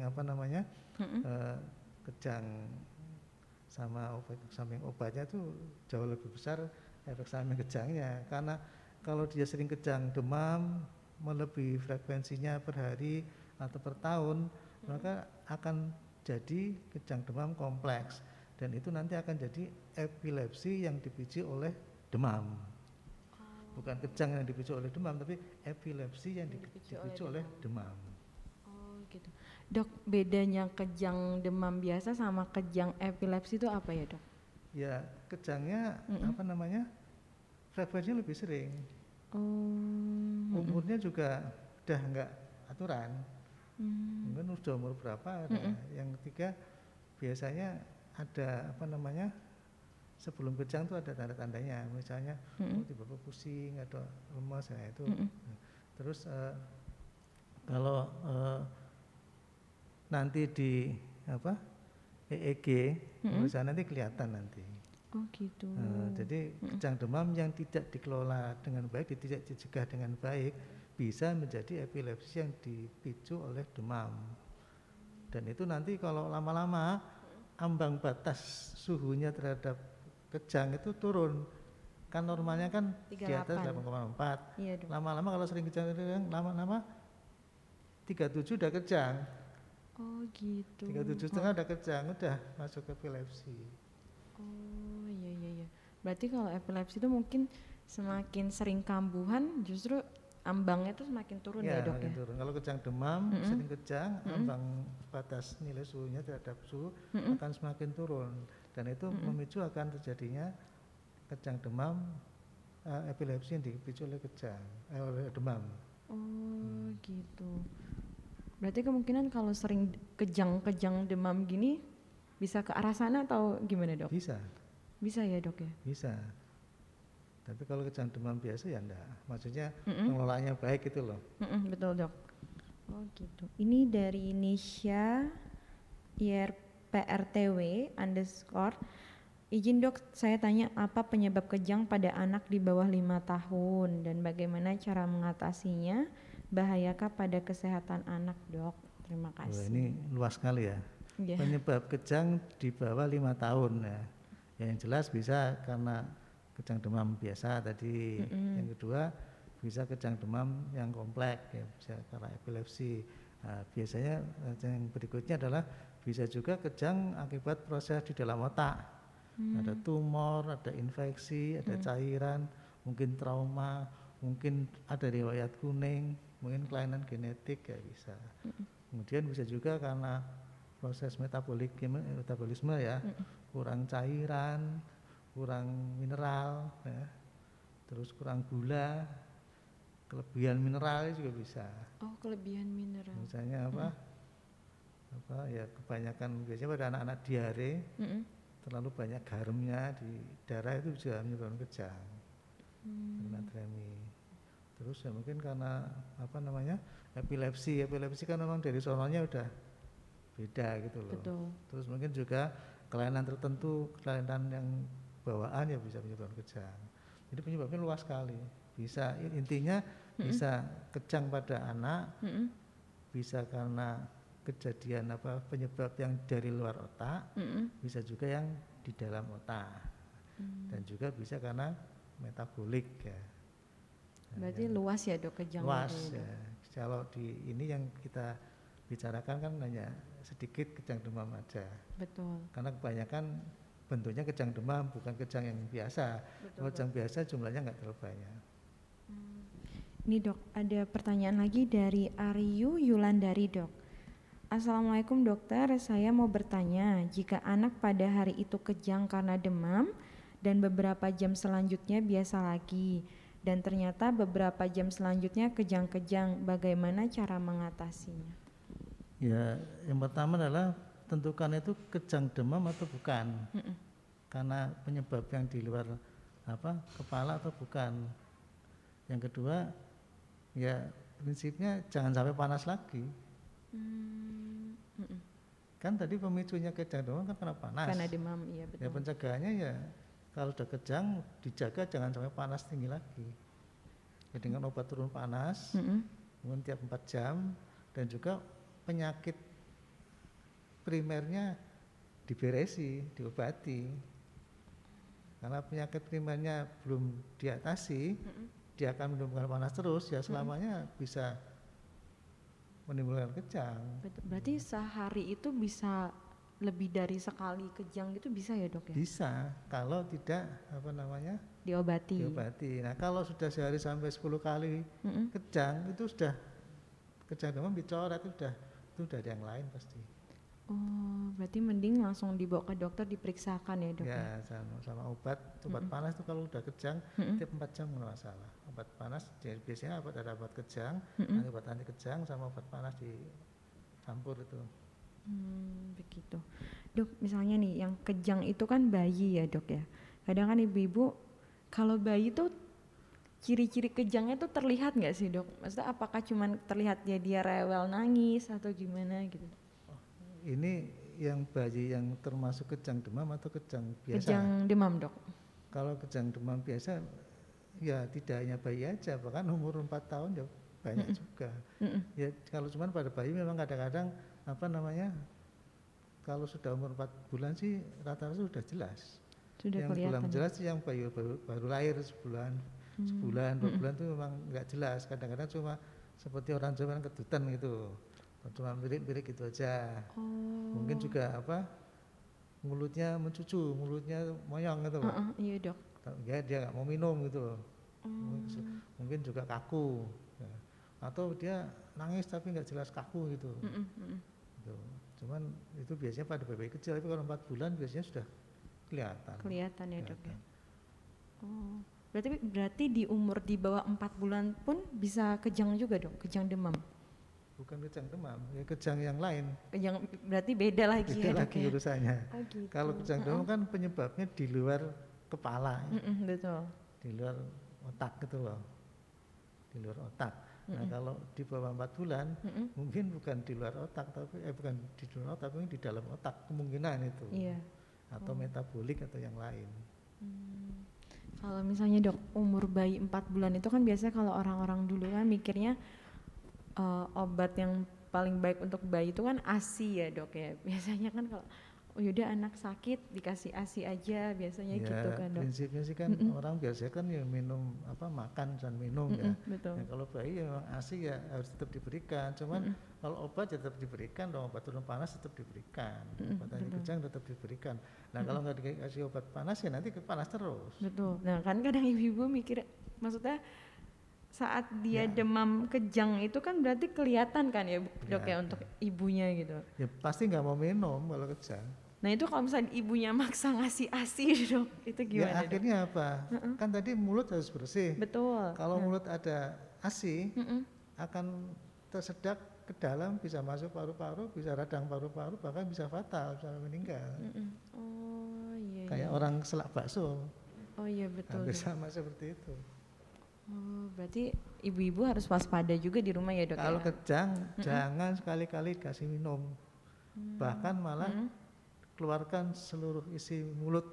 kejang sama efek samping obatnya itu jauh lebih besar efek samping kejangnya, karena kalau dia sering kejang demam melebihi frekuensinya per hari atau per tahun, maka akan jadi kejang demam kompleks. Dan itu nanti akan jadi epilepsi yang dipicu oleh demam. Bukan kejang yang dipicu oleh demam, tapi epilepsi yang dipicu oleh demam. Oh gitu. Dok, bedanya kejang demam biasa sama kejang epilepsi itu apa ya, Dok? Ya, kejangnya frekuensinya lebih sering. Umurnya juga udah enggak aturan. Mungkin udah umur berapa. Yang ketiga biasanya ada sebelum kejang tuh ada tanda-tandanya, misalnya tiba-tiba pusing atau lemas, ya itu. Terus kalau nanti di EEG, misalnya nanti kelihatan nanti. Oh gitu. Jadi kejang demam yang tidak dikelola dengan baik, tidak dicegah dengan baik, bisa menjadi epilepsi yang dipicu oleh demam. Dan itu nanti kalau lama-lama ambang batas suhunya terhadap kejang itu turun. Kan normalnya kan 38. di atas 8,4. Iya, lama-lama kalau sering kejang, lama-lama 37 udah kejang. Oh gitu. 37,5 udah kejang, udah masuk ke epilepsi. Oh iya. Berarti kalau epilepsi itu mungkin semakin sering kambuhan justru ambangnya tuh semakin turun ya, Dok makin ya. turun. Kalau kejang demam, sering kejang, ambang batas nilai suhunya terhadap suhu akan semakin turun, dan itu memicu akan terjadinya kejang demam, epilepsi yang dipicu oleh kejang, oleh demam. Oh gitu. Berarti kemungkinan kalau sering kejang-kejang demam gini bisa ke arah sana atau gimana, Dok? Bisa, Bisa ya, Dok ya. bisa. Tapi kalau kejang demam biasa ya enggak. Maksudnya pengelolaannya baik itu loh. Betul, Dok. Oh gitu. Ini dari Nisha IRPRTW _ izin dok, saya tanya apa penyebab kejang pada anak di bawah 5 tahun dan bagaimana cara mengatasinya, bahayakah pada kesehatan anak, dok? Terima Wah, kasih. ini luas sekali ya. Yeah. Penyebab kejang di bawah 5 tahun ya. Yang jelas bisa karena kejang demam biasa tadi. Yang kedua bisa kejang demam yang kompleks ya, bisa karena epilepsi. Nah, biasanya yang berikutnya adalah bisa juga kejang akibat proses di dalam otak. Ada tumor, ada infeksi, ada cairan, mungkin trauma, mungkin ada riwayat kuning, mungkin kelainan genetik ya bisa. Kemudian bisa juga karena proses metabolisme ya, kurang cairan, kurang mineral ya, terus kurang gula, kelebihan mineral juga bisa. Oh, kelebihan mineral. Misalnya apa ya, kebanyakan biasanya pada anak-anak diare, terlalu banyak garamnya di darah itu juga menyebabkan kejang, natriumi. Terus ya mungkin karena epilepsi kan memang dari sononya udah beda gitu loh. Betul. Terus mungkin juga kelainan tertentu, kelainan yang bawaan ya bisa menyebabkan kejang. Jadi penyebabnya luas sekali. Bisa intinya bisa kejang pada anak, bisa karena kejadian penyebab yang dari luar otak, bisa juga yang di dalam otak, dan juga bisa karena metabolik ya. Berarti luas ya, dok, kejang. Luas itu, ya. Kalau di ini yang kita bicarakan kan hanya sedikit kejang demam aja. Betul. Karena kebanyakan bentuknya kejang demam, bukan kejang yang biasa. Kalau kejang biasa jumlahnya nggak terlalu banyak. Ini dok, ada pertanyaan lagi dari Aryu Yulandari, dok. Assalamualaikum dokter, saya mau bertanya, jika anak pada hari itu kejang karena demam dan beberapa jam selanjutnya biasa lagi, dan ternyata beberapa jam selanjutnya kejang-kejang, bagaimana cara mengatasinya? Ya, yang pertama adalah tentukan itu kejang demam atau bukan, karena penyebab yang di luar kepala atau bukan. Yang kedua, ya prinsipnya jangan sampai panas lagi. Kan tadi pemicunya kejang demam kan karena panas. Karena demam, iya betul. Ya pencegahannya ya kalau udah kejang dijaga jangan sampai panas tinggi lagi. Ya, dengan obat turun panas, mungkin tiap 4 jam, dan juga penyakit primernya diberesi, diobati. Karena penyakit primernya belum diatasi, dia akan menimbulkan panas terus, ya selamanya bisa menimbulkan kejang. Berarti sehari itu bisa lebih dari sekali kejang gitu bisa ya, dok ya? Bisa, kalau tidak diobati. Nah, kalau sudah sehari sampai 10 kali kejang, itu sudah kejang demam dicoret, itu udah ada yang lain pasti. Oh, berarti mending langsung dibawa ke dokter diperiksakan ya, dok? Ya, sama obat panas itu kalau udah kejang tiap 4 jam nggak masalah. Obat panas biasanya ada obat kejang, obat anti kejang sama obat panas dicampur itu. Begitu. Dok, misalnya nih yang kejang itu kan bayi ya, dok ya. Kadang kan ibu-ibu kalau bayi tuh ciri-ciri kejangnya tuh terlihat nggak sih, dok? Maksudnya apakah cuman terlihat dia rewel nangis atau gimana gitu? Ini yang bayi yang termasuk kejang demam atau kejang biasa? Kejang demam, dok. Kalau kejang demam biasa ya tidak hanya bayi aja, bahkan umur 4 tahun ya banyak juga. Ya kalau cuman pada bayi memang kadang-kadang kalau sudah umur 4 bulan sih rata-rata sudah jelas. Sudah yang kelihatan. belum jelas sih yang baru lahir sebulan 2 bulan tuh memang nggak jelas. Kadang-kadang cuma seperti orang zaman kedutan gitu, cuma birik-birik gitu aja. Mungkin juga mulutnya mencucu, mulutnya moyong gitu. Iya, dok. Ya dia nggak mau minum gitu. Mungkin juga kaku, atau dia nangis tapi nggak jelas kaku gitu. Gitu. Cuman itu biasanya pada bayi kecil, tapi kalau 4 bulan biasanya sudah kelihatan. Kelihatan ya dok ya. Oh, berarti di umur di bawah 4 bulan pun bisa kejang juga dong, kejang demam. Bukan kejang demam, ya kejang yang lain. Kejang berarti beda lagi beda ya dok lagi ya. urusannya. Oh, gitu. Kalau kejang demam kan penyebabnya di luar kepala, betul. di luar otak gitu loh, di luar otak. Nah kalau di bawah 4 bulan mungkin bukan di luar otak, tapi bukan di luar otak, tapi di dalam otak kemungkinan itu. Iya. Atau metabolik atau yang lain. Kalau misalnya dok umur bayi 4 bulan itu kan biasanya kalau orang-orang dulu kan mikirnya obat yang paling baik untuk bayi itu kan ASI ya dok ya. Biasanya kan kalau oh yaudah anak sakit dikasih ASI aja biasanya Ya, gitu kan dok. prinsipnya sih kan orang biasanya kan ya minum makan dan minum ya. Betul. Ya, kalau bayi ya memang ASI ya harus tetap diberikan. Cuman kalau obat ya tetap diberikan dong, obat turun panas tetap diberikan, obat anti kejang tetap diberikan. Nah kalau nggak dikasih obat panas ya nanti panas terus. Betul. Nah kan kadang ibu-ibu mikir, maksudnya saat dia demam kejang itu kan berarti kelihatan kan ya dok ya untuk ibunya gitu. Ya pasti nggak mau minum kalau kejang. Nah itu kalau misalnya ibunya maksa ngasih ASI dok, itu gimana Ya akhirnya dok? Apa? Kan tadi mulut harus bersih. Betul. Kalau mulut ada ASI akan tersedak ke dalam, bisa masuk paru-paru, bisa radang paru-paru, bahkan bisa fatal, bisa meninggal. Oh iya. Kayak orang selak bakso. Oh iya betul. Hampir sama seperti itu. Oh berarti ibu-ibu harus waspada juga di rumah ya dok. Kalau ya? kejang jangan sekali-kali kasih minum, bahkan malah keluarkan seluruh isi mulut.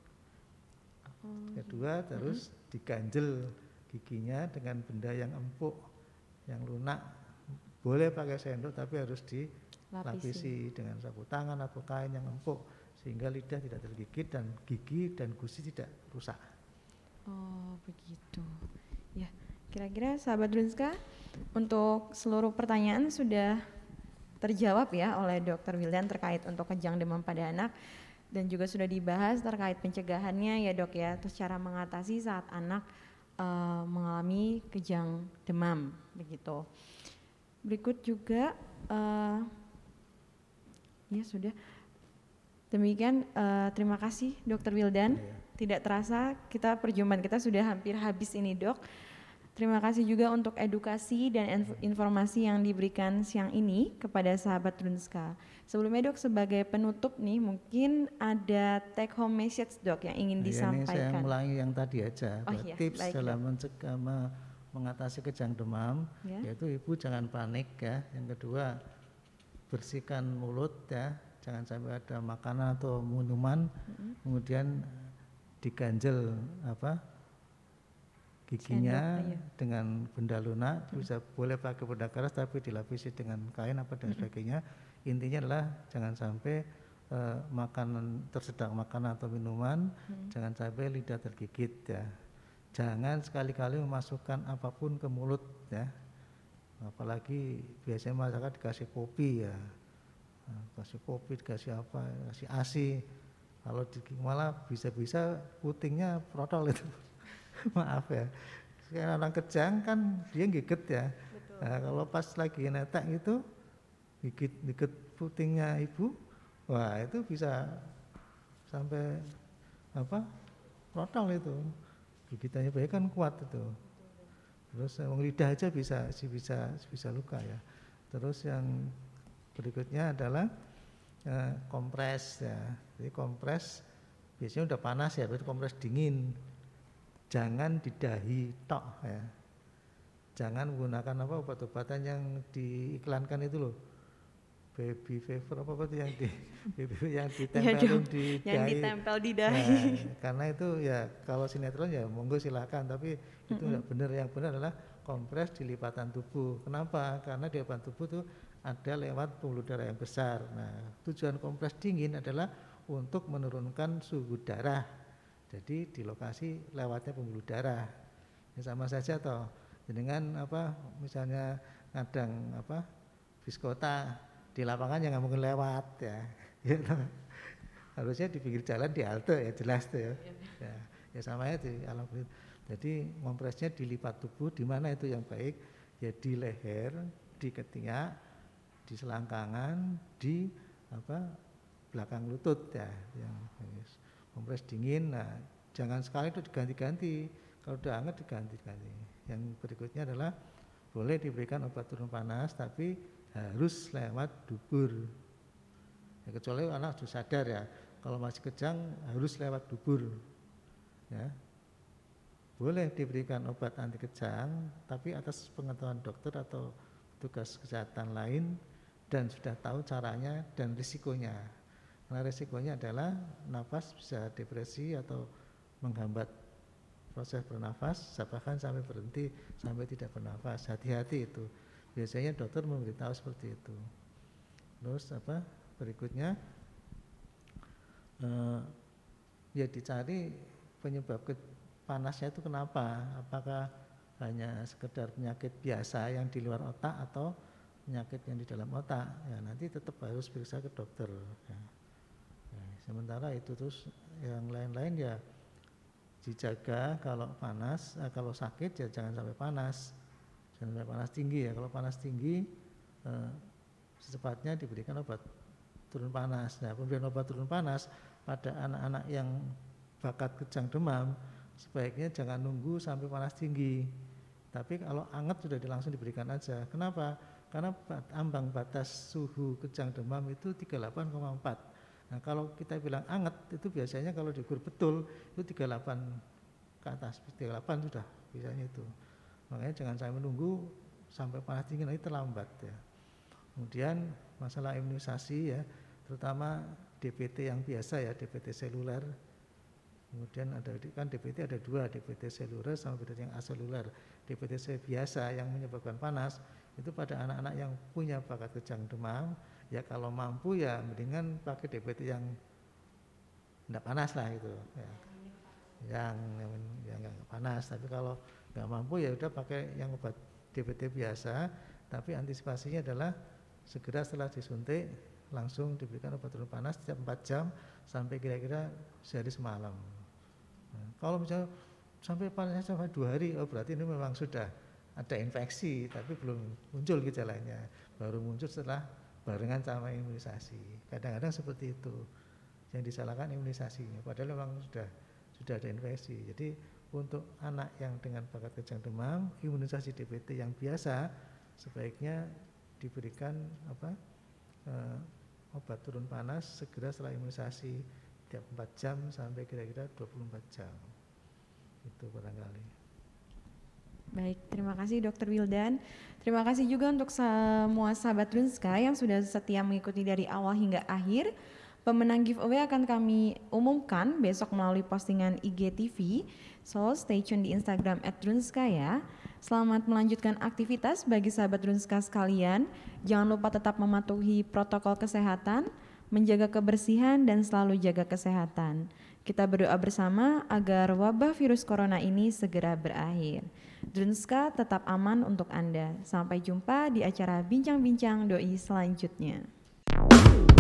Kedua terus diganjel giginya dengan benda yang empuk, yang lunak. Boleh pakai sendok tapi harus dilapisi dengan sapu tangan atau kain yang empuk sehingga lidah tidak tergigit dan gigi dan gusi tidak rusak. Oh begitu. Ya kira-kira sahabat Drunska untuk seluruh pertanyaan sudah terjawab ya oleh Dr. Wildan terkait untuk kejang demam pada anak, dan juga sudah dibahas terkait pencegahannya ya dok ya, terus cara mengatasi saat anak mengalami kejang demam begitu. Berikut juga ya sudah demikian, terima kasih Dr. Wildan. Tidak terasa perjumpaan kita sudah hampir habis ini dok. Terima kasih juga untuk edukasi dan informasi yang diberikan siang ini kepada sahabat Drunska. Sebelumnya dok, sebagai penutup nih mungkin ada take home message dok yang ingin disampaikan. Ini saya ulangi yang tadi aja, tips baik, dalam mencegah mengatasi kejang demam, yaitu ibu jangan panik ya. Yang kedua, bersihkan mulut ya, jangan sampai ada makanan atau minuman, kemudian diganjel giginya dengan benda lunak, bisa boleh pakai benda keras tapi dilapisi dengan kain dan sebagainya. Intinya adalah jangan sampai makanan tersedak makanan atau minuman, jangan sampai lidah tergigit ya. Jangan sekali-kali memasukkan apapun ke mulut ya. Apalagi biasanya masyarakat dikasih kopi ya. Kasih kopi, dikasih apa, kasih ASI. Kalau malah bisa-bisa putingnya protol itu. Maaf ya, sekarang orang kejang kan dia gigit ya. Nah, kalau pas lagi netek itu gigit putingnya ibu, wah itu bisa sampai protol itu. Gigitannya bayi kan kuat itu. Terus lidah aja bisa luka ya. Terus yang berikutnya adalah kompres ya. Jadi kompres biasanya udah panas ya, berarti kompres dingin. Jangan di dahi tok ya. Jangan menggunakan obat-obatan yang diiklankan itu loh. Baby fever apa itu yang ditempelin di dahi. Yang ditempel di dahi. Nah, karena itu ya kalau sinetron ya monggo silakan, tapi itu enggak benar. Yang benar adalah kompres di lipatan tubuh. Kenapa? Karena di lipatan tubuh itu ada lewat pembuluh darah yang besar. Nah, tujuan kompres dingin adalah untuk menurunkan suhu darah. Jadi di lokasi lewatnya pembuluh darah. Ya sama saja toh. Dengan misalnya ngadang biskota di lapangan yang nggak mungkin lewat ya. Harusnya di pinggir jalan di halte ya, jelas tuh ya. Ya sama ya di alam. Jadi kompresnya di lipat tubuh, di mana itu yang baik, ya di leher, di ketiak, di selangkangan, di belakang lutut ya, yang kompres dingin. Nah, jangan sekali itu diganti-ganti. Kalau udah hangat diganti-ganti. Yang berikutnya adalah boleh diberikan obat turun panas, tapi harus lewat dubur. Ya, kecuali anak sudah sadar ya, kalau masih kejang harus lewat dubur. Ya. Boleh diberikan obat anti kejang, tapi atas pengetahuan dokter atau petugas kesehatan lain dan sudah tahu caranya dan risikonya. Karena risikonya adalah nafas bisa depresi atau menghambat proses bernafas, bahkan sampai berhenti, sampai tidak bernafas. Hati-hati itu. Biasanya dokter memberitahu seperti itu. Terus berikutnya ya dicari penyebab panasnya itu kenapa? Apakah hanya sekedar penyakit biasa yang di luar otak atau penyakit yang di dalam otak? Ya nanti tetap harus periksa ke dokter. Ya. Sementara itu terus yang lain-lain ya dijaga. Kalau panas, kalau sakit ya jangan sampai panas, jangan sampai panas tinggi ya. Kalau panas tinggi secepatnya diberikan obat turun panas. Nah, pemberian obat turun panas pada anak-anak yang bakat kejang demam sebaiknya jangan nunggu sampai panas tinggi. Tapi kalau hangat sudah langsung diberikan aja. Kenapa? Karena ambang batas suhu kejang demam itu 38,4. Nah, kalau kita bilang hangat itu biasanya kalau diukur betul itu 38 ke atas, 38 sudah biasanya itu. Makanya jangan sampai menunggu sampai panas tinggi, nanti terlambat ya. Kemudian masalah imunisasi ya, terutama DPT yang biasa ya, DPT seluler. Kemudian kan DPT ada dua, DPT seluler sama DPT yang aseluler. DPT biasa yang menyebabkan panas itu pada anak-anak yang punya bakat kejang demam. Ya kalau mampu ya mendingan pakai DPT yang tidak panas lah gitu ya. Yang nggak panas. Tapi kalau nggak mampu ya udah pakai yang obat DPT biasa. Tapi antisipasinya adalah segera setelah disuntik langsung diberikan obat turun panas setiap 4 jam sampai kira-kira sehari semalam. Nah, kalau misalnya sampai panasnya sampai 2 hari, oh berarti ini memang sudah ada infeksi tapi belum muncul gejalanya, baru muncul setelah barengan sama imunisasi. Kadang-kadang seperti itu yang disalahkan imunisasinya, padahal memang sudah ada infeksi. Jadi untuk anak yang dengan bakat kejang demam, imunisasi DPT yang biasa sebaiknya diberikan obat turun panas segera setelah imunisasi tiap 4 jam sampai kira-kira 24 jam. Itu barangkali. Baik, terima kasih Dr. Wildan. Terima kasih juga untuk semua sahabat Drunska yang sudah setia mengikuti dari awal hingga akhir. Pemenang giveaway akan kami umumkan besok melalui postingan IGTV. So, stay tune di Instagram @Drunska ya. Selamat melanjutkan aktivitas bagi sahabat Drunska sekalian. Jangan lupa tetap mematuhi protokol kesehatan, menjaga kebersihan dan selalu jaga kesehatan. Kita berdoa bersama agar wabah virus corona ini segera berakhir. Drunska tetap aman untuk Anda. Sampai jumpa di acara Bincang-Bincang Doi selanjutnya.